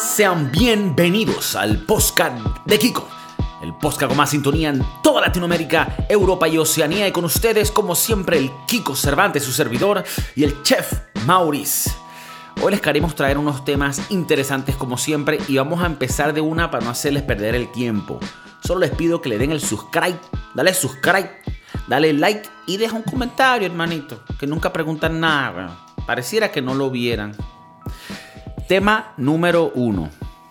Sean bienvenidos al podcast de Kiko, el podcast con más sintonía en toda Latinoamérica, Europa y Oceanía. Y con ustedes, como siempre, el Kiko Cervantes, su servidor, y el chef Maurice. Hoy les queremos traer unos temas interesantes como siempre y vamos a empezar de una para no hacerles perder el tiempo. Solo les pido que le den el subscribe, dale like y deja un comentario, hermanito, que nunca preguntan nada, bueno. Pareciera que no lo vieran. Tema número 1.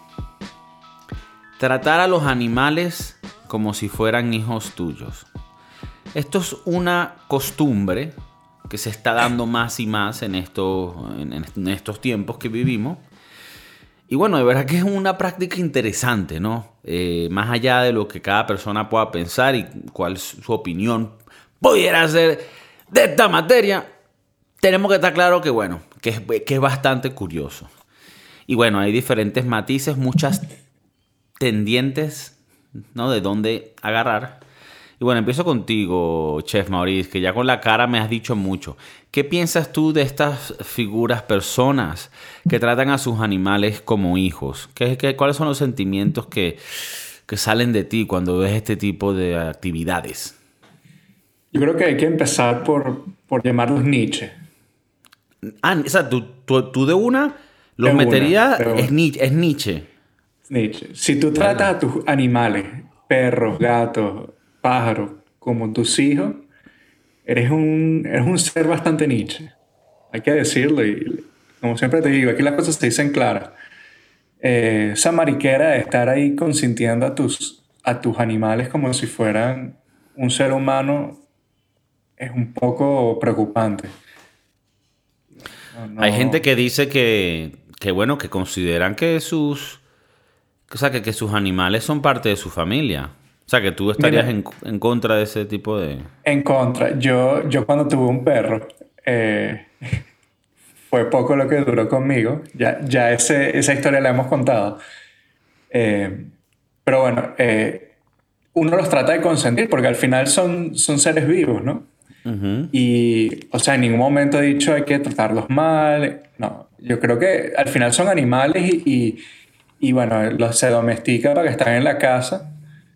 Tratar a los animales como si fueran hijos tuyos. Esto es una costumbre que se está dando más y más en estos tiempos que vivimos. Y bueno, de verdad que es una práctica interesante, ¿no? Más allá de lo que cada persona pueda pensar y cuál su opinión pudiera ser de esta materia, tenemos que estar claro que, bueno, que es bastante curioso. Y bueno, hay diferentes matices, muchas tendientes, ¿no? De dónde agarrar. Y bueno, empiezo contigo, Chef Maurice, que ya con la cara me has dicho mucho. ¿Qué piensas tú de estas figuras, personas que tratan a sus animales como hijos? ¿Cuáles son los sentimientos que salen de ti cuando ves este tipo de actividades? Yo creo que hay que empezar por llamarlos Nietzsche. O sea, tú de una los meterías, es Nietzsche. Nietzsche. Si tú tratas a tus animales, perros, gatos, pájaros, como tus hijos, eres un ser bastante Nietzsche. Hay que decirlo. Y como siempre te digo, aquí las cosas se dicen claras. Esa mariquera de estar ahí consintiendo a tus animales como si fueran un ser humano es un poco preocupante. No. Hay gente que dice que bueno, que consideran que sus animales son parte de su familia. O sea, que tú estarías en contra de ese tipo de... En contra. Yo cuando tuve un perro, fue poco lo que duró conmigo. Ya esa historia la hemos contado. Pero bueno, uno los trata de consentir porque al final son seres vivos, ¿no? Uh-huh. Y, o sea, en ningún momento he dicho hay que tratarlos mal. No, yo creo que al final son animales y bueno, se domestica para que estén en la casa.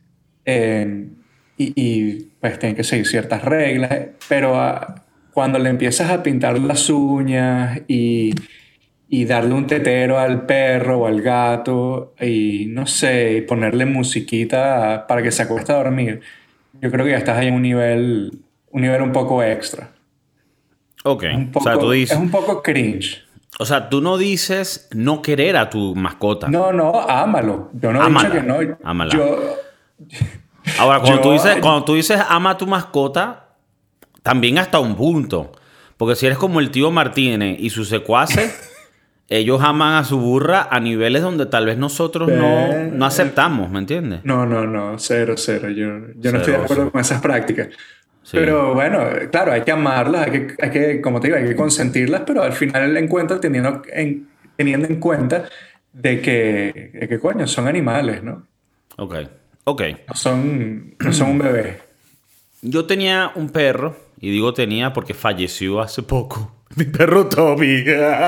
Y pues tienen que seguir ciertas reglas, pero cuando le empiezas a pintar las uñas y darle un tetero al perro o al gato y no sé, y ponerle musiquita para que se acueste a dormir, yo creo que ya estás ahí en un nivel un poco extra. Ok, o sea, tú dices... Es un poco cringe. O sea, tú no dices no querer a tu mascota. No, ámalo. Yo no he dicho que no. Ámala. Ahora, cuando tú dices ama a tu mascota, también hasta un punto. Porque si eres como el tío Martínez y sus secuaces, ellos aman a su burra a niveles donde tal vez nosotros no aceptamos, ¿me entiendes? No, cero. Yo no estoy de acuerdo con esas prácticas. Sí. Pero bueno, claro, hay que amarlas, hay que, como te digo, hay que consentirlas, pero al final el encuentro teniendo en cuenta de que coño, son animales, ¿no? Ok. No son un bebé. Yo tenía un perro, y digo tenía porque falleció hace poco. Mi perro Toby.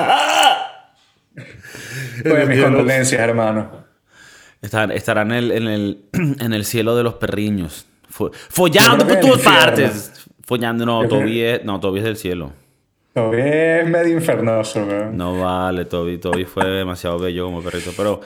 Pues mis condolencias, hermano. Estará en el cielo de los perriños. Follando por todas partes. Follando, Toby es del cielo. Toby es medio infernoso, ¿verdad? No vale, Toby fue demasiado bello como perrito. Pero,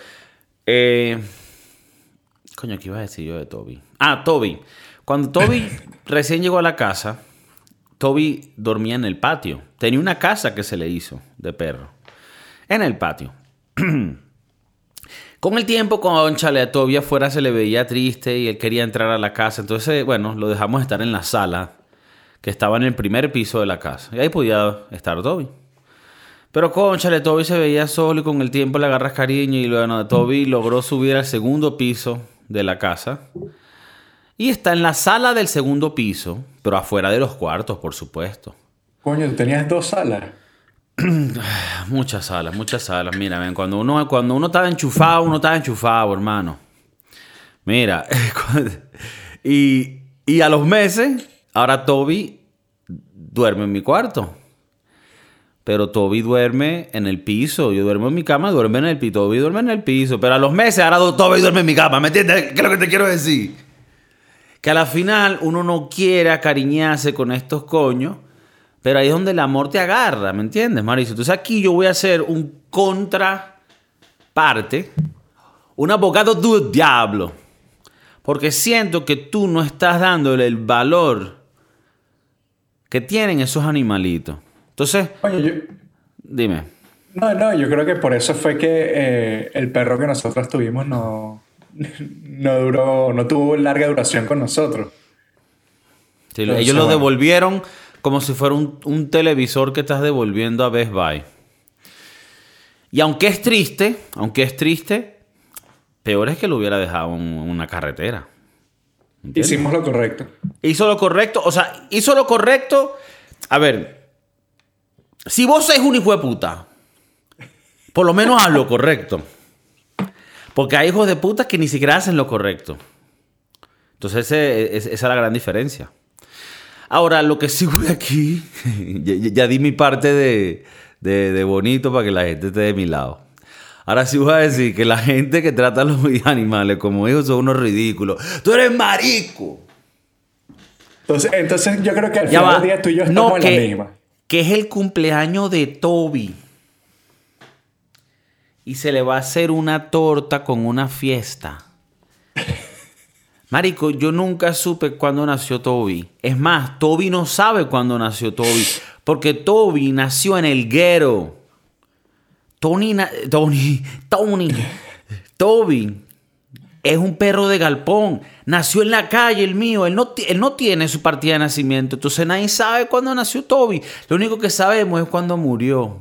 coño, ¿qué iba a decir yo de Toby? Toby. Cuando Toby recién llegó a la casa, Toby dormía en el patio. Tenía una casa que se le hizo de perro. En el patio. Con el tiempo, cónchale, a Toby afuera se le veía triste y él quería entrar a la casa. Entonces, bueno, lo dejamos estar en la sala, que estaba en el primer piso de la casa. Y ahí podía estar Toby. Pero, cónchale, Toby se veía solo y con el tiempo le agarras cariño. Y bueno, Toby logró subir al segundo piso de la casa. Y está en la sala del segundo piso, pero afuera de los cuartos, por supuesto. Coño, ¿tú tenías 2 salas? Muchas salas. Mira, ven, cuando uno estaba enchufado, hermano. Mira, y a los meses, ahora Toby duerme en mi cuarto. Pero Toby duerme en el piso. Yo duermo en mi cama, duerme en el piso. Toby duerme en el piso. Pero a los meses ahora Toby duerme en mi cama. ¿Me entiendes? ¿Qué es lo que te quiero decir? Que a la final uno no quiere acariñarse con estos coños. Pero ahí es donde el amor te agarra. ¿Me entiendes, Mauricio? Entonces aquí yo voy a hacer un contraparte. Un abogado del diablo. Porque siento que tú no estás dándole el valor que tienen esos animalitos. Entonces, Oye, dime. no, yo creo que por eso fue que el perro que nosotros tuvimos no tuvo larga duración con nosotros. Sí, Entonces, ellos lo bueno. devolvieron como si fuera un televisor que estás devolviendo a Best Buy. Y aunque es triste, peor es que lo hubiera dejado en una carretera. ¿Entiendes? Hicimos lo correcto. Hizo lo correcto. O sea, hizo lo correcto. A ver, si vos sois un hijo de puta, por lo menos haz lo correcto. Porque hay hijos de puta que ni siquiera hacen lo correcto. Entonces esa es la gran diferencia. Ahora, lo que sí voy aquí, ya di mi parte de bonito para que la gente esté de mi lado. Ahora sí voy a decir que la gente que trata a los animales como hijos son unos ridículos. ¡Tú eres marico! Entonces yo creo que al Ya final va. del día tú y yo estamos en la misma. Que es el cumpleaños de Toby. Y se le va a hacer una torta con una fiesta. Marico, yo nunca supe cuándo nació Toby. Es más, Toby no sabe cuándo nació Toby. Porque Toby nació en el ghetto. Toby es un perro de galpón. Nació en la calle, el mío. Él no tiene su partida de nacimiento. Entonces nadie sabe cuándo nació Toby. Lo único que sabemos es cuándo murió.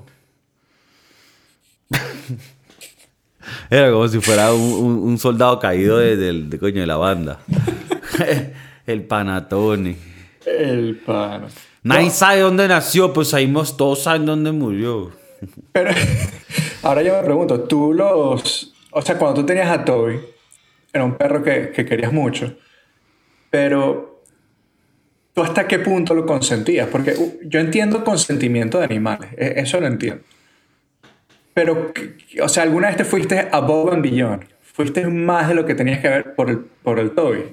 Era como si fuera un soldado caído de la banda. El Panatone. El pana. Nadie sabe dónde nació, pues ahí todos saben dónde murió. Pero ahora yo me pregunto, o sea, cuando tú tenías a Toby, era un perro que querías mucho, pero ¿tú hasta qué punto lo consentías? Porque yo entiendo consentimiento de animales, eso lo entiendo. Pero, o sea, ¿alguna vez te fuiste above and beyond? ¿Fuiste más de lo que tenías que ver por el Toby?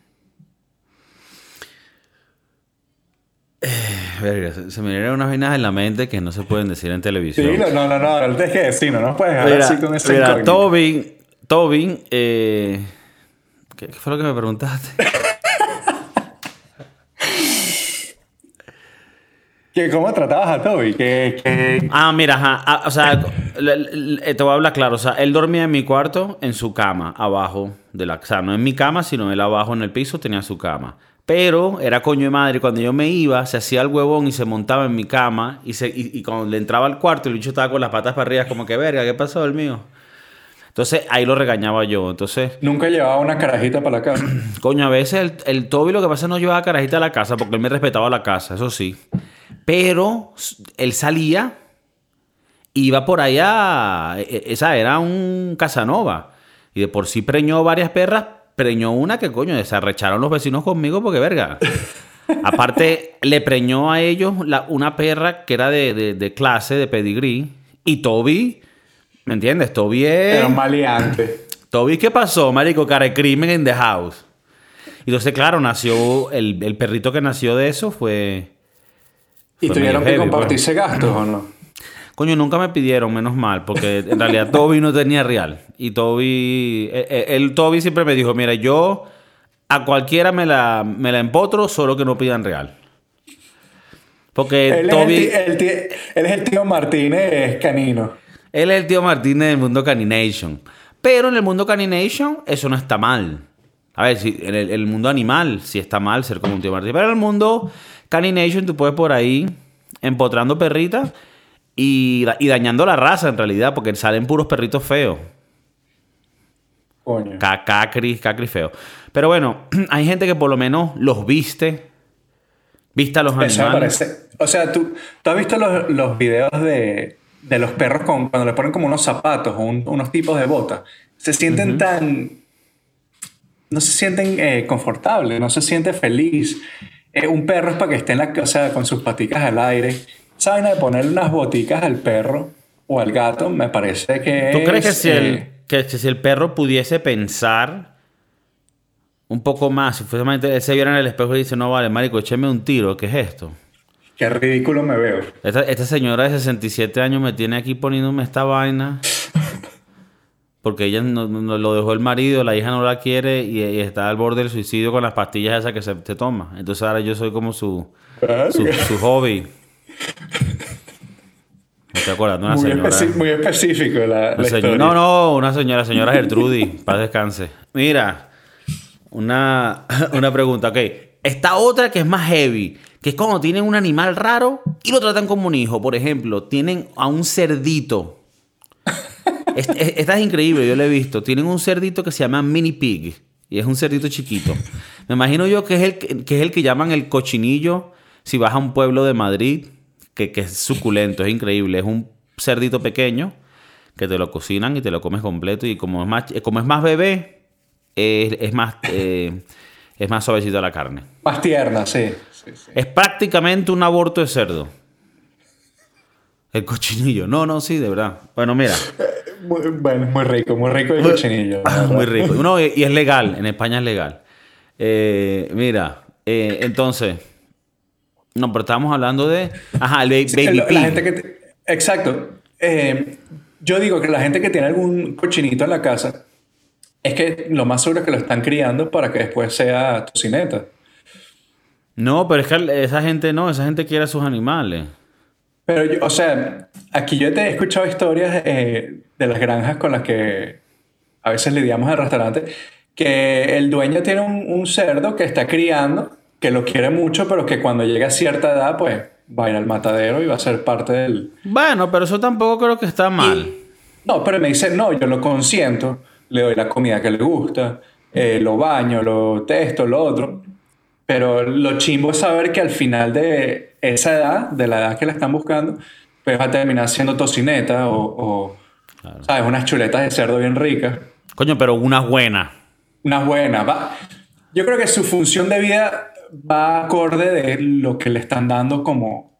Verga, se me vienen unas vainas en la mente que no se pueden decir en televisión. Sí, no, no tienes que decir, no nos puedes dejar así con ese mira, incógnito. Toby, ¿qué fue lo que me preguntaste? ¿Cómo tratabas a Toby? Mira, ajá, o sea, te voy a hablar claro. O sea, él dormía en mi cuarto, en su cama, abajo de la... O sea, no en mi cama, sino él abajo en el piso tenía su cama. Pero era coño de madre. Cuando yo me iba, se hacía el huevón y se montaba en mi cama. Y cuando le entraba al cuarto, el bicho estaba con las patas para arriba, como que, verga, ¿qué pasó el mío? Entonces, ahí lo regañaba yo. Entonces, Nunca llevaba una carajita para la casa. coño, a veces el Toby lo que pasa es que no llevaba carajita a la casa porque él me respetaba la casa, eso sí. Pero él salía, iba por allá, esa era un Casanova. Y de por sí preñó varias perras, preñó una que coño, se arrecharon los vecinos conmigo porque verga. Aparte, le preñó a ellos una perra que era de clase, de pedigrí. Y Toby, ¿me entiendes? Toby es... Era un maleante. Toby, ¿qué pasó, marico? Cara de crimen in the house. Y entonces, claro, nació... El perrito que nació de eso fue... ¿Y fue tuvieron medio que heavy, compartirse gastos o no? Coño, nunca me pidieron, menos mal, porque en realidad Toby no tenía real. Y Toby... Toby siempre me dijo, mira, yo a cualquiera me la empotro, solo que no pidan real. Porque Él Toby... él es el tío Martínez canino. Él es el tío Martínez del mundo Canination. Pero en el mundo Canination eso no está mal. A ver, si en el mundo animal sí está mal ser como un tío Martínez. Pero en el mundo Canination tú puedes por ahí empotrando perritas y dañando la raza en realidad, porque salen puros perritos feos. Coño. Cacri feo. Pero bueno, hay gente que por lo menos los viste a los Eso me animales. parece. O sea, ¿tú has visto los videos de los perros cuando le ponen como unos zapatos o unos tipos de botas? Se sienten no se sienten confortables, no se siente feliz. Un perro es para que esté o sea, con sus paticas al aire. esa vaina de ponerle unas boticas al perro o al gato me parece que ¿Tú crees que si el perro pudiese pensar un poco más, si fuese él se viera en el espejo y dice, no vale, marico, écheme un tiro, ¿qué es esto? Qué ridículo me veo. Esta señora de 67 años me tiene aquí poniéndome esta vaina porque ella no lo dejó el marido, la hija no la quiere y está al borde del suicidio con las pastillas esas que se toma. Entonces ahora yo soy como su hobby. ¿No te acuerdas? Una señora. Muy específico la historia. No, una señora Gertrudis, paz descanse. Mira, una pregunta, ok. Esta otra que es más heavy, que es cuando tienen un animal raro y lo tratan como un hijo. Por ejemplo, tienen a un cerdito. Esta es increíble, yo lo he visto. Tienen un cerdito que se llama mini pig y es un cerdito chiquito. Me imagino yo que es el que llaman el cochinillo si vas a un pueblo de Madrid, que es suculento, es increíble. Es un cerdito pequeño que te lo cocinan y te lo comes completo y como es más bebé, es más suavecita la carne. Más tierna, sí. Es prácticamente un aborto de cerdo. El cochinillo. No, sí, de verdad. Bueno, mira. Muy rico el cochinillo. Muy rico. No, y es legal. En España es legal. Mira, entonces... No, pero estábamos hablando de... Ajá, el baby pig. La gente exacto. Yo digo que la gente que tiene algún cochinito en la casa es que lo más seguro es que lo están criando para que después sea tocineta. No, pero es que esa gente quiere a sus animales. Pero aquí yo te he escuchado historias de las granjas con las que a veces lidiamos en el restaurante, que el dueño tiene un cerdo que está criando, que lo quiere mucho, pero que cuando llega a cierta edad, pues va a ir al matadero y va a ser parte del... Bueno, pero eso tampoco creo que está mal. No, pero me dice, no, yo lo consiento, le doy la comida que le gusta, lo baño, lo testo, lo otro. Pero lo chimbo es saber que al final de esa edad, de la edad que la están buscando, pues va a terminar siendo tocineta o claro. ¿Sabes? Unas chuletas de cerdo bien ricas. Coño, pero unas buenas. Unas buenas. Yo creo que su función de vida va acorde de lo que le están dando como...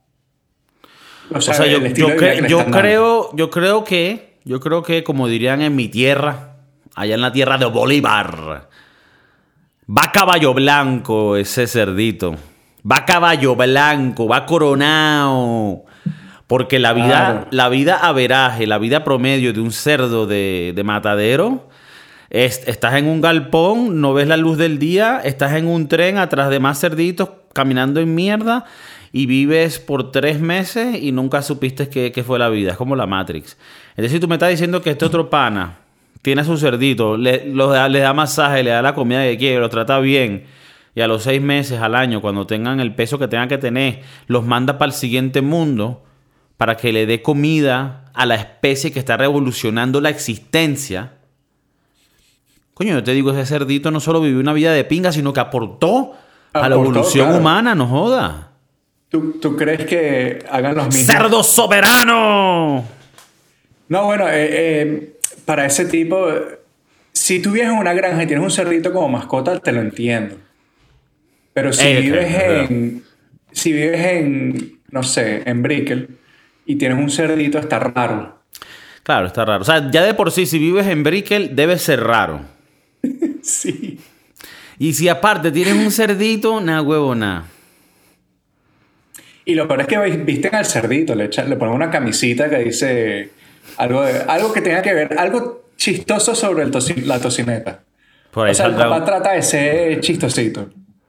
yo creo que, como dirían en mi tierra, allá en la tierra de Bolívar... Va caballo blanco ese cerdito. Va caballo blanco, va coronado. Porque la vida averaje, la vida promedio de un cerdo de matadero, estás en un galpón, no ves la luz del día, estás en un tren atrás de más cerditos caminando en mierda y vives por 3 meses y nunca supiste qué fue la vida. Es como la Matrix. Es decir, tú me estás diciendo que este otro pana tiene a su cerdito, le da masaje, le da la comida que quiere, lo trata bien. Y a los 6 meses, al año, cuando tengan el peso que tengan que tener, los manda para el siguiente mundo para que le dé comida a la especie que está revolucionando la existencia. Coño, yo te digo, ese cerdito no solo vivió una vida de pinga, sino que aportó a la evolución humana, no joda. ¿Tú crees que hagan los mismos? ¡Cerdo soberano! No, bueno, para ese tipo, si tú vives en una granja y tienes un cerdito como mascota, te lo entiendo. Pero si vives en, no sé, en Brickell y tienes un cerdito, está raro. Claro, está raro. O sea, ya de por sí, si vives en Brickell, debe ser raro. Sí. Y si aparte tienes un cerdito, nada huevo, nada. Y lo peor es que visten al cerdito, le ponen una camisita que dice algo que tenga que ver, algo chistoso sobre la tocineta. Por ahí o sea, el papá trata de ser chistosito.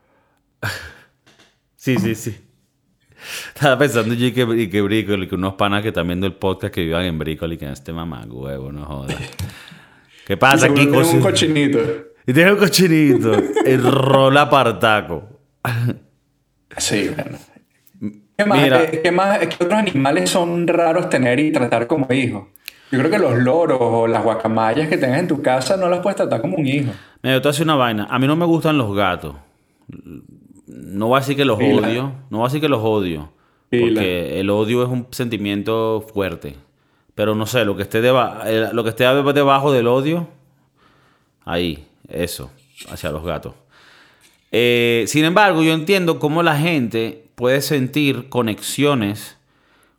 Sí. Estaba pensando yo que Brickell, que unos panas que también del podcast que vivan en Brickell y que en este mamá huevo, no jodas. ¿Qué pasa aquí? Tienes un cochinito. Y tienes un cochinito. El rol apartaco. Sí, bueno. ¿Qué otros animales son raros tener y tratar como hijos? Yo creo que los loros o las guacamayas que tengas en tu casa no las puedes tratar como un hijo. Mira, yo te voy a decir una vaina. A mí no me gustan los gatos. No voy a decir que los odio. No voy a decir que los odio. Porque el odio es un sentimiento fuerte. Pero no sé, lo que esté debajo del odio, ahí, eso, hacia los gatos. Sin embargo, yo entiendo cómo la gente puede sentir conexiones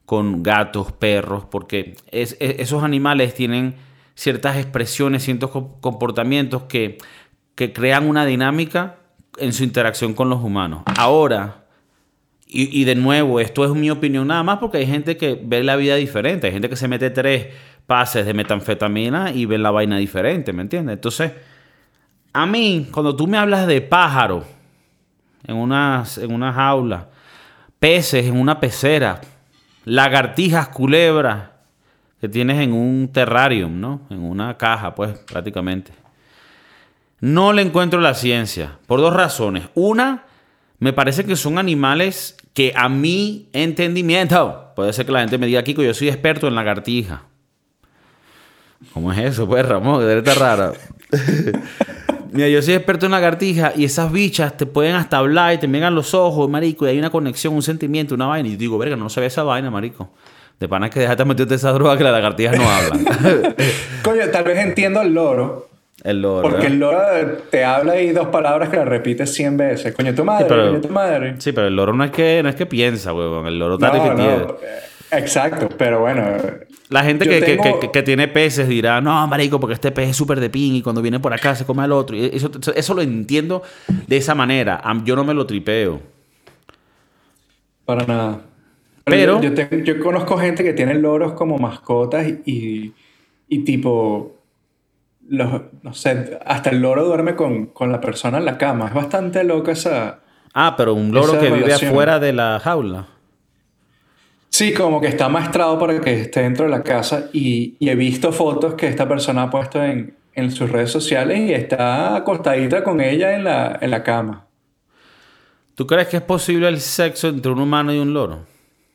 con gatos, perros, porque esos animales tienen ciertas expresiones, ciertos comportamientos que crean una dinámica en su interacción con los humanos. Ahora, y de nuevo, esto es mi opinión nada más porque hay gente que ve la vida diferente. Hay gente que se mete 3 pases de metanfetamina y ve la vaina diferente, ¿me entiendes? Entonces, a mí, cuando tú me hablas de pájaro en una jaula, peces en una pecera, lagartijas, culebras que tienes en un terrarium, ¿no? En una caja, pues, prácticamente. No le encuentro la ciencia, por 2 razones. Una, me parece que son animales que a mi entendimiento, puede ser que la gente me diga, Kiko, yo soy experto en lagartija. ¿Cómo es eso, pues, Ramón? Que debe estar rara. Mira, yo soy experto en lagartija y esas bichas te pueden hasta hablar y te miran los ojos, marico, y hay una conexión, un sentimiento, una vaina. Y yo digo, verga, no sabía esa vaina, marico. De pana que dejaste meterte esa droga que las lagartijas no hablan. Coño, tal vez entiendo el loro. El loro. Porque el loro te habla y 2 palabras que las repites 100 veces. Coño, tu madre, sí, pero, coño, tu madre. Sí, pero el loro no es que piensa, huevón. El loro está repitiendo. Exacto, pero bueno. La gente que tiene peces dirá, no, marico, porque este pez es súper de pin y cuando viene por acá se come al otro. Y eso lo entiendo de esa manera. Yo no me lo tripeo. Para nada. Pero yo conozco gente que tiene loros como mascotas y tipo... no sé, hasta el loro duerme con la persona en la cama. Es bastante loca esa... pero un loro que vive afuera de la jaula. Sí, como que está maestrado para que esté dentro de la casa y he visto fotos que esta persona ha puesto en sus redes sociales y está acostadita con ella en la cama. ¿Tú crees que es posible el sexo entre un humano y un loro?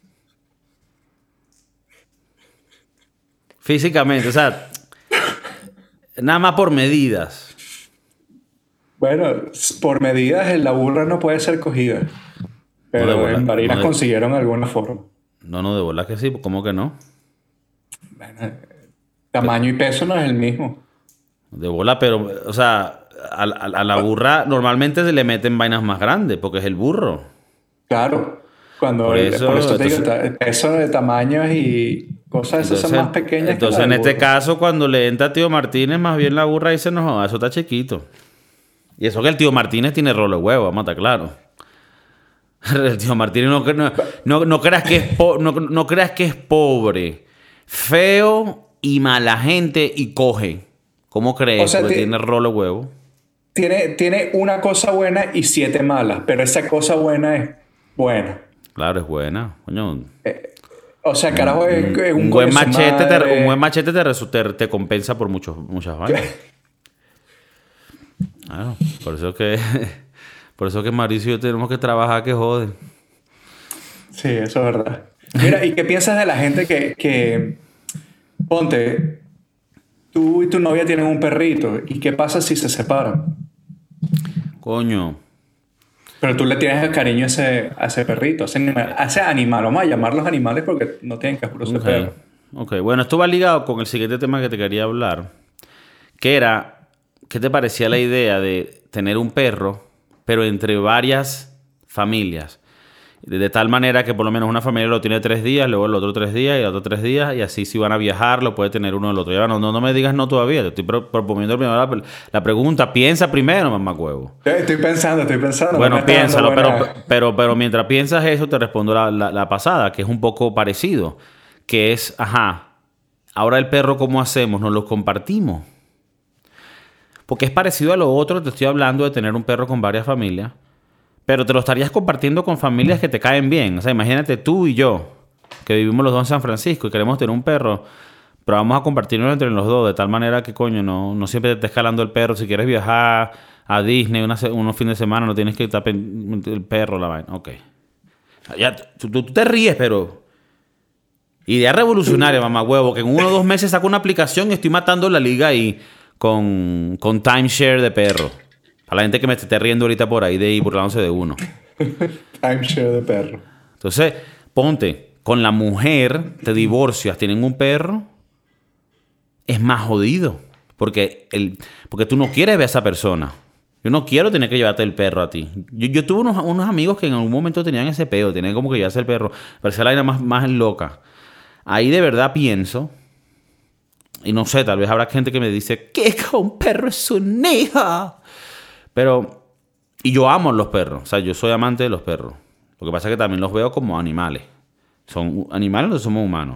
Físicamente, o sea, nada más por medidas. Bueno, por medidas la burra no puede ser cogida. Pero en Barinas consiguieron alguna forma. No, de bola que sí, ¿cómo que no? Bueno, tamaño y peso no es el mismo. De bola, pero, o sea, a la burra normalmente se le meten vainas más grandes porque es el burro. Claro. Por eso te digo, peso de tamaños y cosas esas son más pequeñas. Entonces, en este caso, cuando le entra a Tío Martínez, más bien la burra dice, no, eso está chiquito. Y eso que el Tío Martínez tiene rolo de huevo, vamos a estar claro. El Tío Martínez no creas que es pobre, feo y mala gente y coge. ¿Cómo crees? O sea, porque tiene rolo de huevo. Tiene una cosa buena y 7 malas, pero esa cosa buena es buena. Claro, es buena. Coño. O sea, carajo, es un buen machete te compensa por muchas vainas. Claro, por eso que Mauricio y yo tenemos que trabajar que jode. Sí, eso es verdad. Mira, ¿y qué piensas de la gente que ponte, tú y tu novia tienen un perrito, ¿y qué pasa si se separan? Coño. Pero tú le tienes el cariño a ese perrito, a ese animal. Vamos a llamarlos animales porque no tienen que ser perro. Ok, bueno, esto va ligado con el siguiente tema que te quería hablar, que era, ¿qué te parecía la idea de tener un perro, pero entre varias familias? De tal manera que por lo menos una familia lo tiene 3 días, luego el otro 3 días y el otro 3 días, y así si van a viajar lo puede tener uno del otro. Ya no me digas no todavía, te estoy proponiendo primero la pregunta. Piensa primero, mamacuevo. Estoy pensando. Bueno, piénsalo, pero mientras piensas eso te respondo la pasada, que es un poco parecido, que es, ahora el perro, ¿cómo hacemos? ¿Nos lo compartimos? Porque es parecido a lo otro, te estoy hablando de tener un perro con varias familias, pero te lo estarías compartiendo con familias que te caen bien. O sea, imagínate tú y yo, que vivimos los dos en San Francisco y queremos tener un perro, pero vamos a compartirlo entre los dos, de tal manera que, coño, no siempre te esté escalando el perro. Si quieres viajar a Disney unos fines de semana, no tienes que estar el perro, la vaina. Ok. Ya, tú te ríes, pero... Idea revolucionaria, mamagüevo, que en 1 o 2 meses saco una aplicación y estoy matando la liga ahí con timeshare de perro. A la gente que me esté riendo ahorita por ahí de ahí burlándose de uno. Timeshare de perro. Entonces, ponte, con la mujer te divorcias, tienen un perro, es más jodido. Porque tú no quieres ver a esa persona. Yo no quiero tener que llevarte el perro a ti. Yo tuve unos amigos que en algún momento tenían ese peo, tenían como que llevarse el perro. Parecía la vaina más loca. Ahí de verdad pienso, y no sé, tal vez habrá gente que me dice que un perro es un hijo. Pero, y yo amo los perros, o sea, yo soy amante de los perros. Lo que pasa es que también los veo como animales. Son animales o somos humanos.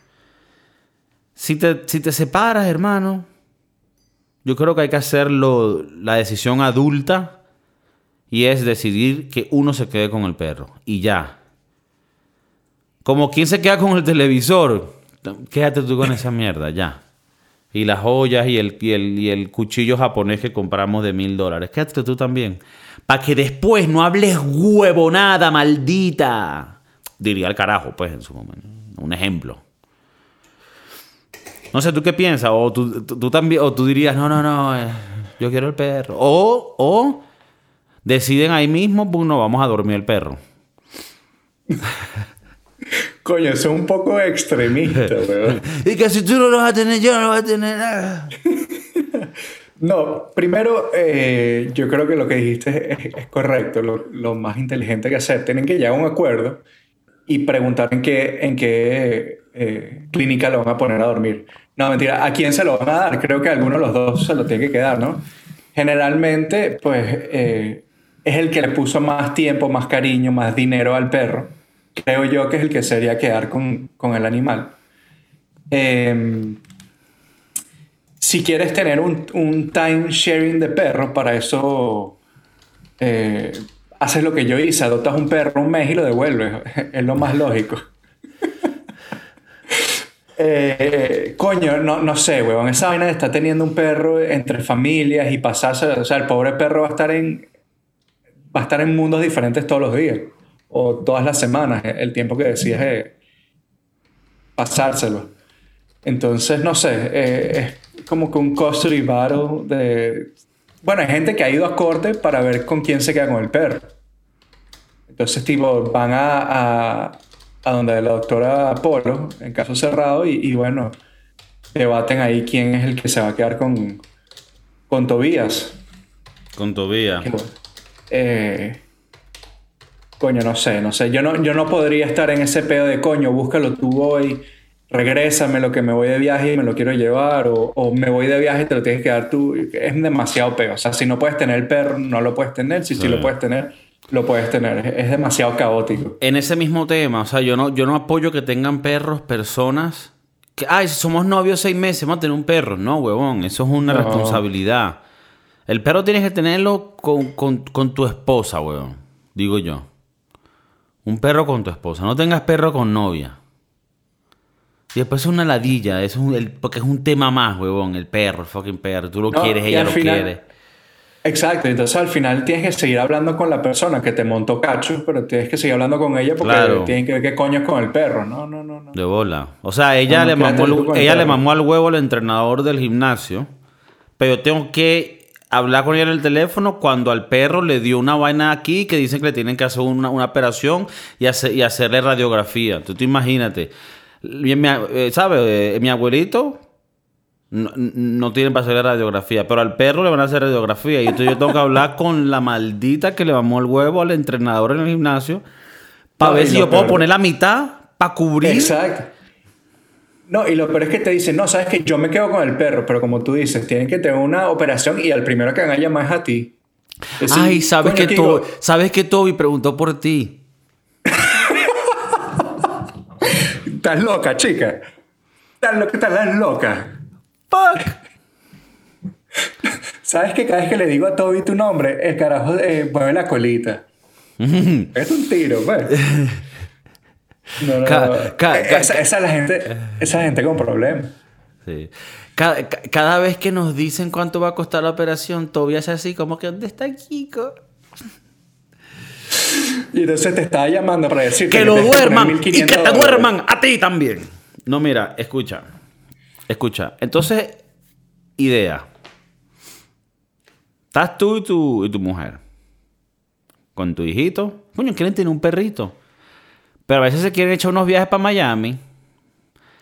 Si te separas, hermano, yo creo que hay que hacer la decisión adulta y es decidir que uno se quede con el perro. Y ya. Como quien se queda con el televisor, quédate tú con esa mierda, ya. Y las joyas y el cuchillo japonés que compramos de $1,000. Quédate tú también. Para que después no hables huevonada, maldita. Diría el carajo, pues, en su momento. Un ejemplo. No sé, ¿tú qué piensas? O tú también, o tú dirías, no, yo quiero el perro. O deciden ahí mismo, pues no, vamos a dormir el perro. Coño, eso es un poco extremista, weón. Y que si tú no lo vas a tener, yo no lo voy a tener nada. No, primero, yo creo que lo que dijiste es correcto. Lo más inteligente que hacer. Tienen que llegar a un acuerdo y preguntar en qué clínica lo van a poner a dormir. No, mentira. ¿A quién se lo van a dar? Creo que alguno de los dos se lo tiene que quedar, ¿no? Generalmente, pues, es el que le puso más tiempo, más cariño, más dinero al perro. Creo yo que es el que se debería quedar con el animal. Si quieres tener un time sharing de perro, para eso haces lo que yo hice, adoptas un perro un mes y lo devuelves. Es lo más lógico. Coño, no sé, huevón. Esa vaina de estar teniendo un perro entre familias y pasarse... O sea, el pobre perro va a estar en mundos diferentes todos los días. O todas las semanas, el tiempo que decides pasárselo. Entonces, no sé, es como que un custody battle de... Bueno, hay gente que ha ido a corte para ver con quién se queda con el perro. Entonces, tipo, van a donde la doctora Polo, en caso cerrado, y bueno, debaten ahí quién es el que se va a quedar con Tobías. Con Tobías. Coño, no sé. Yo no podría estar en ese pedo de coño, búscalo tú hoy, regrésame lo que me voy de viaje y me lo quiero llevar, o me voy de viaje y te lo tienes que dar tú. Es demasiado pedo. O sea, si no puedes tener el perro, no lo puedes tener. Si sí lo puedes tener, lo puedes tener. Es demasiado caótico. En ese mismo tema, o sea, yo no apoyo que tengan perros personas que, si somos novios 6 meses, vamos a tener un perro. No, huevón, eso es una responsabilidad. El perro tienes que tenerlo con tu esposa, huevón, digo yo. Un perro con tu esposa. No tengas perro con novia. Y después es una ladilla. Porque es un tema más, huevón. El perro, el fucking perro. Tú lo quieres, ella lo quiere. Exacto. Entonces al final tienes que seguir hablando con la persona que te montó cacho, pero tienes que seguir hablando con ella porque tienen que ver qué coño es con el perro. No. De bola. O sea, ella le mamó al huevo al entrenador del gimnasio. Pero yo tengo que hablar con ella en el teléfono cuando al perro le dio una vaina aquí que dicen que le tienen que hacer una operación y hacerle radiografía. Tú imagínate. ¿Sabes? Mi abuelito no tiene para hacerle radiografía, pero al perro le van a hacer radiografía. Y entonces yo tengo que hablar con la maldita que le mamó el huevo al entrenador en el gimnasio para ver si yo puedo poner la mitad para cubrir. Exacto. No, y lo peor es que te dicen, no, sabes que yo me quedo con el perro, pero como tú dices, tienen que tener una operación y al primero que van a llamar es a ti. Decir, ¿sabes que Toby preguntó por ti? Estás loca, chica. Estás loca. Fuck. ¿Sabes que cada vez que le digo a Toby tu nombre, el carajo mueve la colita? Es un tiro, pues. No. Esa es la gente con problemas. Sí. Cada vez que nos dicen cuánto va a costar la operación, Toby hace así como que ¿dónde está Kiko? Y entonces te estaba llamando para decirte que lo duerman y que te duerman a ti también. No, mira, escucha. Entonces, idea. Estás tú y tu mujer con tu hijito. Coño, quieren tener un perrito. Pero a veces se quieren echar unos viajes para Miami.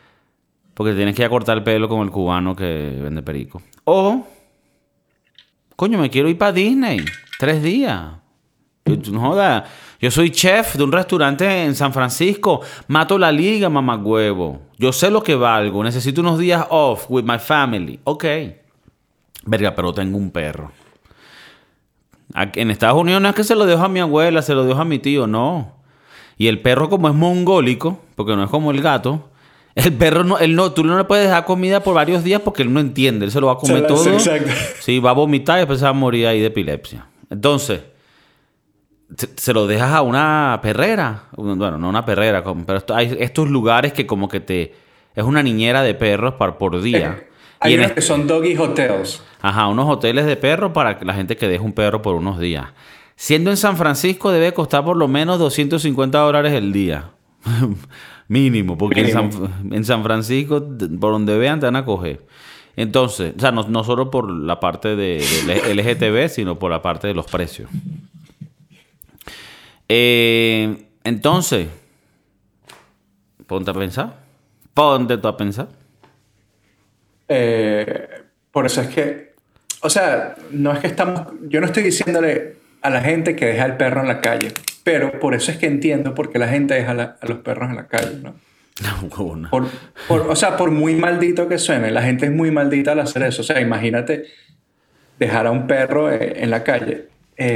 Porque tienes que ir a cortar el pelo con el cubano que vende perico. O Coño, me quiero ir para Disney. 3 días. No jodas. Yo soy chef de un restaurante en San Francisco. Mato la liga, mamagüevo. Yo sé lo que valgo. Necesito unos días off with my family. Ok. Verga, pero tengo un perro. En Estados Unidos no es que se lo dejo a mi abuela, se lo dejo a mi tío, no. Y el perro, como es mongólico, porque no es como el gato, el perro tú no le puedes dejar comida por varios días porque él no entiende. Él se lo va a comer todo. Exacto. Sí, va a vomitar y después se va a morir ahí de epilepsia. Entonces, se lo dejas a una perrera. Bueno, no una perrera, pero hay estos lugares que como que es una niñera de perros por día. Hay unos que son doggy hotels. Ajá, unos hoteles de perros para la gente que deje un perro por unos días. Siendo en San Francisco debe costar por lo menos $250 el día. Mínimo, porque Mínimo. En San Francisco, por donde vean, te van a coger. Entonces, o sea, no solo por la parte de LGTB, sino por la parte de los precios. Entonces, ponte a pensar. Ponte tú a pensar. Por eso es que, o sea, no es que yo no estoy diciéndole a la gente que deja el perro en la calle, pero por eso es que entiendo por qué la gente deja a los perros en la calle, ¿no? No. O sea, por muy maldito que suene, la gente es muy maldita al hacer eso. O sea, imagínate dejar a un perro en la calle.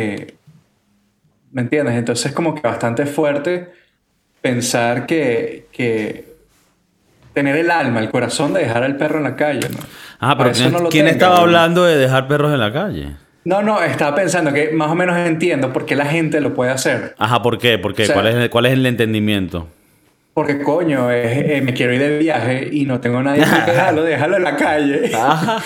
¿Me entiendes? Entonces es como que bastante fuerte pensar que tener el alma, el corazón de dejar al perro en la calle, ¿no? Pero ¿quién estaba hablando de dejar perros en la calle? No, estaba pensando que más o menos entiendo por qué la gente lo puede hacer. Ajá, ¿por qué? ¿Por qué? O sea, ¿Cuál es el entendimiento? Porque, coño, me quiero ir de viaje y no tengo nadie que déjalo en la calle. Ajá.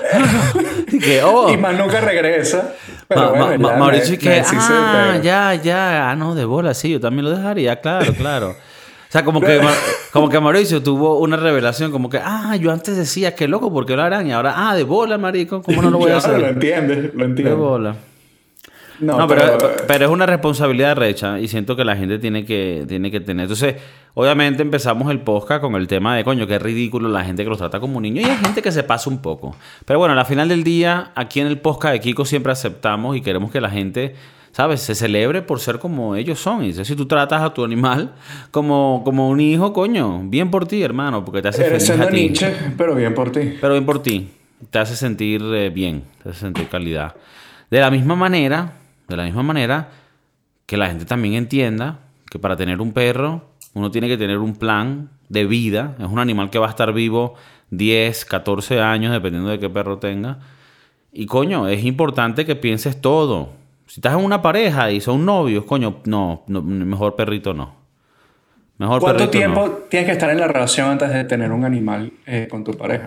Y más nunca regresa. Pero bueno, Mauricio, ya, no, de bola, sí, yo también lo dejaría, claro. O sea, como que Mauricio tuvo una revelación, como que, yo antes decía que loco, porque lo harán, y ahora, de bola, marico, ¿cómo no lo voy a hacer? Lo entiende. De bola. No, pero es una responsabilidad recha y siento que la gente tiene que tener. Entonces, obviamente empezamos el podcast con el tema de, coño, qué ridículo la gente que los trata como niños y hay gente que se pasa un poco. Pero bueno, al final del día, aquí en el podcast de Kiko siempre aceptamos y queremos que la gente, ¿sabes?, se celebre por ser como ellos son. Y entonces, si tú tratas a tu animal como un hijo, coño, bien por ti, hermano, porque te hace feliz a ti. Nietzsche, pero bien por ti. Pero bien por ti. Te hace sentir bien, te hace sentir calidad. De la misma manera que la gente también entienda que para tener un perro uno tiene que tener un plan de vida. Es un animal que va a estar vivo 10, 14 años, dependiendo de qué perro tenga. Y coño, es importante que pienses todo. Si estás en una pareja y son novios, coño, no mejor perrito no. ¿Cuánto tiempo tienes que estar en la relación antes de tener un animal con tu pareja?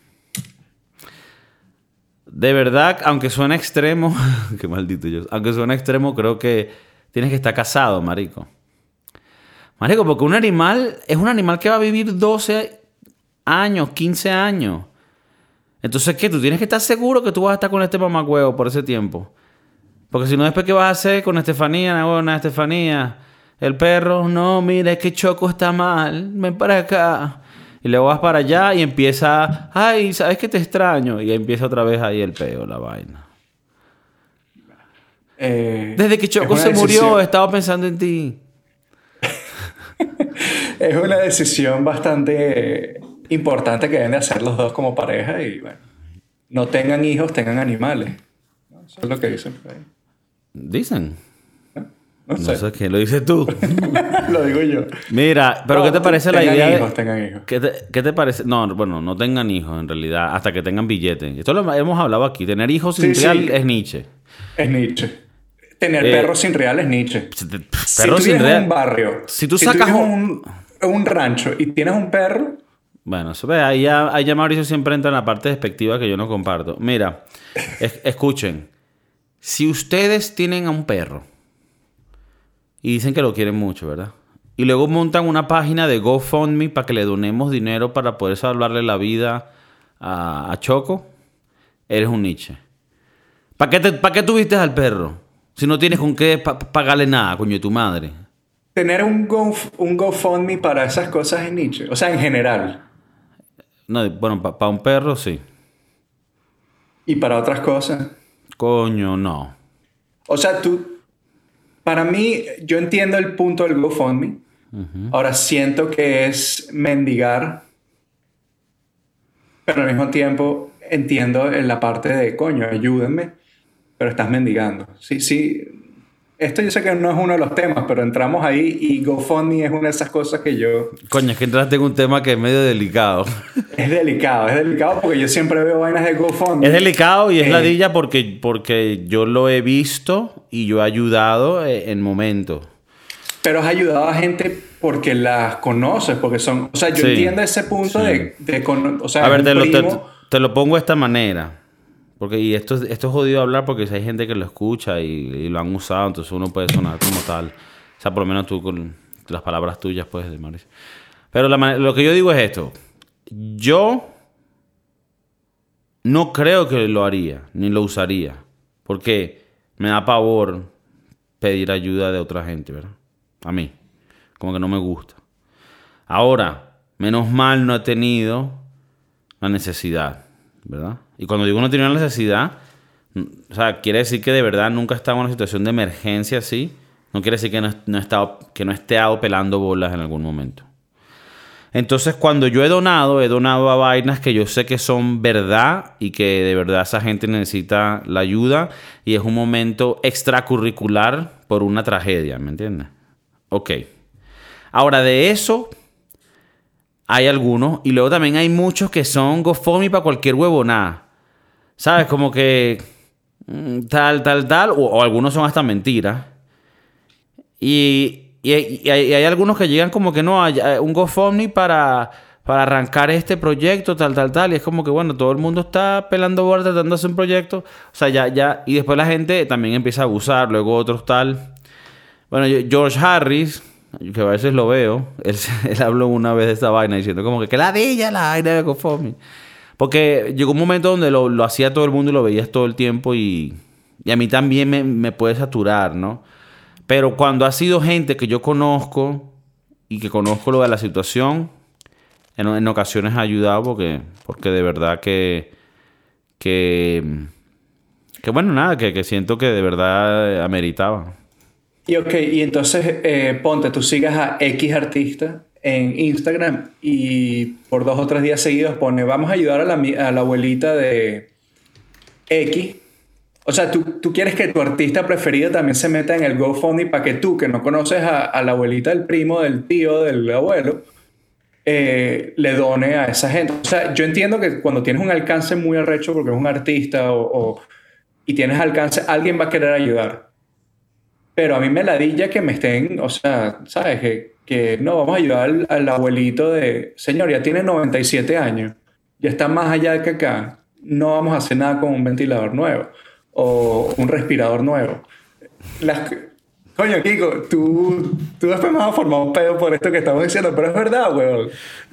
De verdad, aunque suene extremo, qué maldito yo, aunque suene extremo, creo que tienes que estar casado, marico. Marico, porque un animal es un animal que va a vivir 12 años, 15 años. Entonces, ¿qué? Tú tienes que estar seguro que tú vas a estar con este mamacuevo por ese tiempo. Porque si no, después, ¿qué vas a hacer con Estefanía? El perro, no, mira, es que Choco está mal, ven para acá. Y luego vas para allá y empieza, ay, ¿sabes que te extraño? Y empieza otra vez ahí el peo, la vaina. Desde que Choco se murió, he estado pensando en ti. Es una decisión bastante importante que deben de hacer los dos como pareja y, bueno, no tengan hijos, tengan animales. Eso es lo que dicen por ahí. ¿Dicen? No sé qué, lo dices tú. Lo digo yo. Mira, pero ¿qué te parece la idea? Tengan hijos. ¿Qué te parece? No, bueno, no tengan hijos en realidad, hasta que tengan billetes. Esto lo hemos hablado aquí. Tener hijos sin real es Nietzsche. Es Nietzsche. Tener perros sin real es Nietzsche. Perros sin real. Un barrio. Si tú sacas un rancho y tienes un perro. Bueno, eso ve, ahí ya Mauricio siempre entra en la parte despectiva que yo no comparto. Mira, escuchen. Si ustedes tienen a un perro y dicen que lo quieren mucho, ¿verdad? Y luego montan una página de GoFundMe para que le donemos dinero para poder salvarle la vida a Choco, eres un Nietzsche. ¿Para qué tuviste al perro? Si no tienes con qué pagarle nada, coño, de tu madre. Tener un GoFundMe para esas cosas es Nietzsche. O sea, en general. No, bueno, para un perro sí. ¿Y para otras cosas? Coño, no. O sea, para mí, yo entiendo el punto del GoFundMe. Ahora siento que es mendigar, pero al mismo tiempo entiendo en la parte de, coño, ayúdenme, pero estás mendigando. Sí, sí. Esto yo sé que no es uno de los temas, pero entramos ahí y GoFundMe es una de esas cosas que yo... Coño, es que entraste en un tema que es medio delicado. Es delicado porque yo siempre veo vainas de GoFundMe. Es delicado y es ladilla porque yo lo he visto y yo he ayudado en momentos. Pero has ayudado a gente porque las conoces, porque son... O sea, yo entiendo ese punto de o sea, a ver, te lo pongo de esta manera. Porque, y esto es jodido hablar porque si hay gente que lo escucha y lo han usado, entonces uno puede sonar como tal. O sea, por lo menos tú con las palabras tuyas, pues, de Mauricio. Pero lo que yo digo es esto. Yo no creo que lo haría, ni lo usaría. Porque me da pavor pedir ayuda de otra gente, ¿verdad? A mí. Como que no me gusta. Ahora, menos mal no he tenido la necesidad, ¿verdad? Y cuando digo no he tenido la necesidad, o sea, quiere decir que de verdad nunca he estado en una situación de emergencia así. No quiere decir que no he estado pelando bolas en algún momento. Entonces, cuando yo he donado a vainas que yo sé que son verdad y que de verdad esa gente necesita la ayuda y es un momento extracurricular por una tragedia, ¿me entiendes? Ok. Ahora, de eso hay algunos y luego también hay muchos que son GoFundMe para cualquier huevonada. ¿Sabes? Como que tal, o algunos son hasta mentiras. Y hay algunos que llegan como que no, hay un GoFundMe para arrancar este proyecto, tal. Y es como que, bueno, todo el mundo está pelando bolas tratando de hacer un proyecto. O sea, ya. Y después la gente también empieza a abusar, luego otros tal. Bueno, George Harris, que a veces lo veo, él habló una vez de esta vaina diciendo como que la vaina de GoFundMe. Porque llegó un momento donde lo hacía todo el mundo y lo veías todo el tiempo y a mí también me puede saturar, ¿no? Pero cuando ha sido gente que yo conozco y que conozco lo de la situación, en ocasiones ha ayudado porque de verdad que bueno, nada, que siento que de verdad ameritaba. Y entonces ponte, tú sigas a X artista en Instagram y por 2 o 3 días seguidos pone, vamos a ayudar a la abuelita de X. O sea, tú quieres que tu artista preferido también se meta en el GoFundMe para que tú, que no conoces a la abuelita del primo, del tío, del abuelo, le done a esa gente. O sea, yo entiendo que cuando tienes un alcance muy arrecho porque es un artista y tienes alcance, alguien va a querer ayudar. Pero a mí me ladilla que me estén, o sea, ¿sabes? Que no, vamos a ayudar al abuelito de... Señor, ya tiene 97 años. Ya está más allá que acá. No vamos a hacer nada con un ventilador nuevo. O un respirador nuevo. Coño, Kiko, tú después me vas a formar un pedo por esto que estamos diciendo, pero es verdad, weón.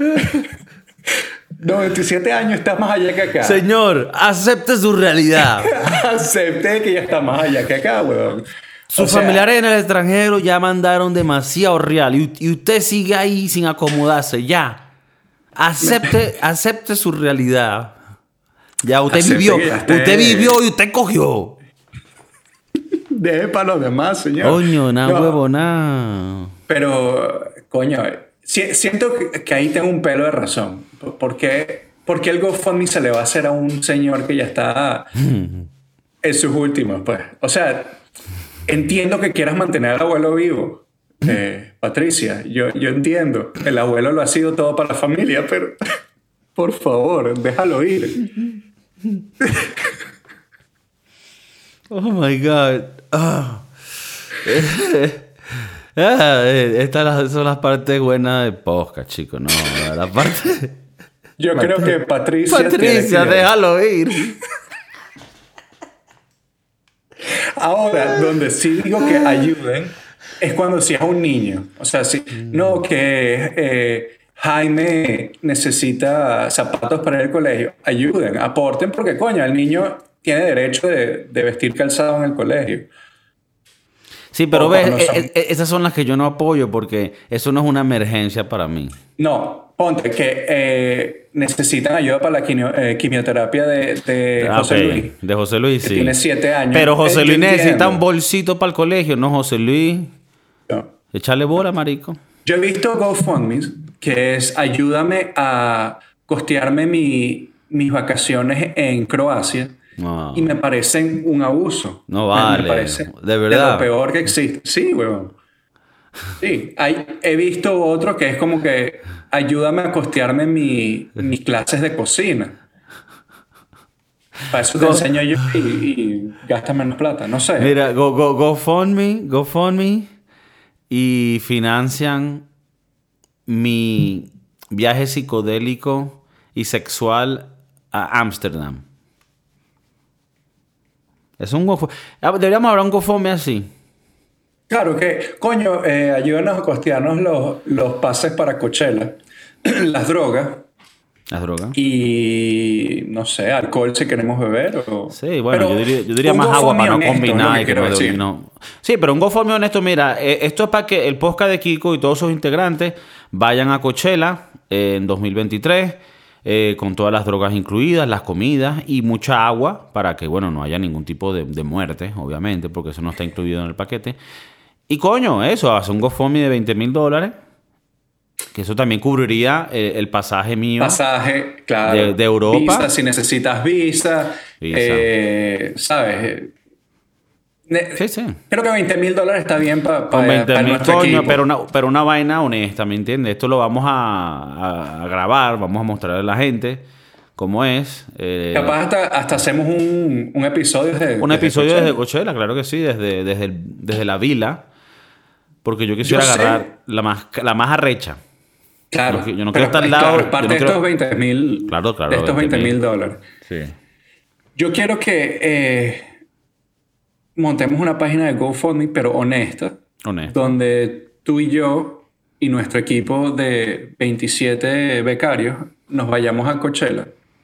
97 años, estás más allá que acá. Señor, acepte su realidad. Acepte que ya está más allá que acá, weón. Sus familiares en el extranjero ya mandaron demasiado real y usted sigue ahí sin acomodarse. Ya. Acepte su realidad. Ya, usted vivió y usted cogió. Deje para los demás, señor. Coño, huevona. Pero, coño, siento que ahí tengo un pelo de razón. ¿Por qué el GoFundMe se le va a hacer a un señor que ya está en sus últimos, pues? O sea, entiendo que quieras mantener al abuelo vivo. Patricia, yo entiendo. El abuelo lo ha sido todo para la familia, pero por favor, déjalo ir. Oh my God. Estas son las partes buenas de podcast, chicos. No, la parte... Yo creo que Patricia, déjalo ir. Ahora, donde sí digo que ayuden es cuando si es un niño. O sea, si no que Jaime necesita zapatos para ir al colegio, ayuden, aporten, porque coño, el niño tiene derecho de vestir calzado en el colegio. Sí, pero O ves, cuando son- esas son las que yo no apoyo porque eso no es una emergencia para mí. No, ponte que necesitan ayuda para la quimioterapia de Ah, ok, José Luis, de José Luis, que sí. tiene 7 años. Pero José Yo Luis necesita un entiendo. bolsito para el colegio, ¿no, José Luis? No. Échale bola, marico. Yo he visto GoFundMe, que es ayúdame a costearme mis vacaciones en Croacia, No, y me parecen un abuso. no Me vale, parece de lo verdad. peor que existe. Sí, huevón. Sí, he visto otro que es como que ayúdame a costearme mis clases de cocina. Para eso te Go- enseño yo y gastas menos plata. No sé. Mira, GoFundMe y financian mi viaje psicodélico y sexual a Ámsterdam. Es un GoFundMe. Deberíamos hablar un GoFundMe así. Claro que, coño, ayúdanos a costearnos los pases para Coachella, las drogas Las drogas. y, no sé, alcohol si queremos beber. Sí, bueno, Pero yo diría un más agua GoFundMe para no honesto, es lo combinar que y que quiero no, decir. no. Sí, pero un GoFundMe honesto, mira, esto es para que el podcast de Kiko y todos sus integrantes vayan a Coachella en 2023 con todas las drogas incluidas, las comidas y mucha agua para que, bueno, no haya ningún tipo de muerte, obviamente, porque eso no está incluido en el paquete. Y coño, eso, hace un GoFundMe de $20,000, que eso también cubriría el pasaje mío Pasaje, claro. de Europa. Visa, si necesitas visa. Visa. ¿Sabes? Sí, sí. Creo que $20,000 está bien Con para 20,000 nuestro coño, equipo. pero una vaina honesta, ¿me entiendes? Esto lo vamos a grabar, vamos a mostrarle a la gente cómo es. Capaz hasta hacemos un episodio Un episodio Coachella. desde Coachella, claro que sí, desde la vila, porque yo quisiera Yo sé. agarrar la más arrecha. Claro. Yo no pero quiero estar al es lado. claro, es yo parte no de quiero- estos 20,000. Claro, claro, De estos 20,000. $20,000. Sí. Yo quiero que montemos una página de GoFundMe, pero honesta, Honesto. donde tú y yo y nuestro equipo de 27 becarios nos vayamos a Coachella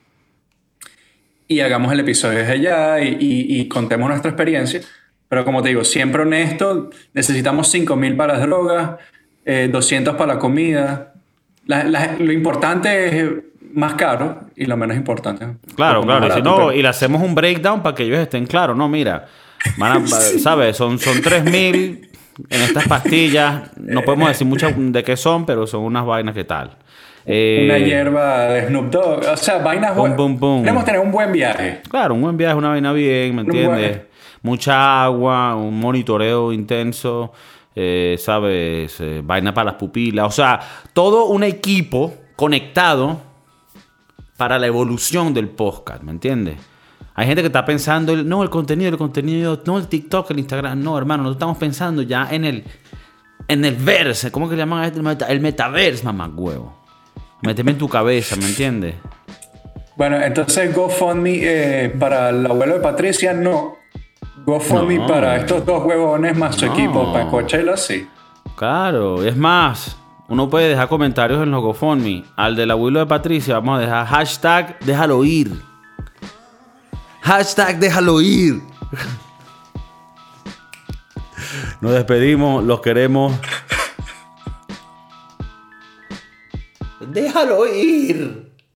y hagamos el episodio desde allá y contemos nuestra experiencia. Pero como te digo, siempre honesto, necesitamos 5,000 para las drogas, 200 para la comida. Lo importante es más caro y lo menos importante. Claro, lo más claro. Y si barato, no, pero- y le hacemos un breakdown para que ellos estén claros. No, mira, ¿sabes? Son 3,000 en estas pastillas. No podemos decir mucho de qué son, pero son unas vainas que tal. Una hierba de Snoop Dogg. O sea, vainas Pum, buenas. pum, pum. Queremos tener un buen viaje. Claro, un buen viaje, una vaina bien, ¿me entiendes? buen- Mucha agua, un monitoreo intenso, ¿sabes? Vaina para las pupilas. O sea, todo un equipo conectado para la evolución del podcast, ¿me entiendes? Hay gente que está pensando, no, el contenido, no el TikTok, el Instagram. No, hermano, nosotros estamos pensando ya en el verse. ¿Cómo que le llaman a esto? El metaverse, mamá huevo. Méteme en tu cabeza, ¿me entiendes? Bueno, entonces GoFundMe para el abuelo de Patricia, no. GoFundMe No. para estos dos huevones más su No. equipo para Coachella, sí. Claro, es más, uno puede dejar comentarios en los GoFundMe. Al del abuelo de Patricia vamos a dejar hashtag déjalo ir. Hashtag déjalo ir. Nos despedimos, los queremos. Déjalo ir.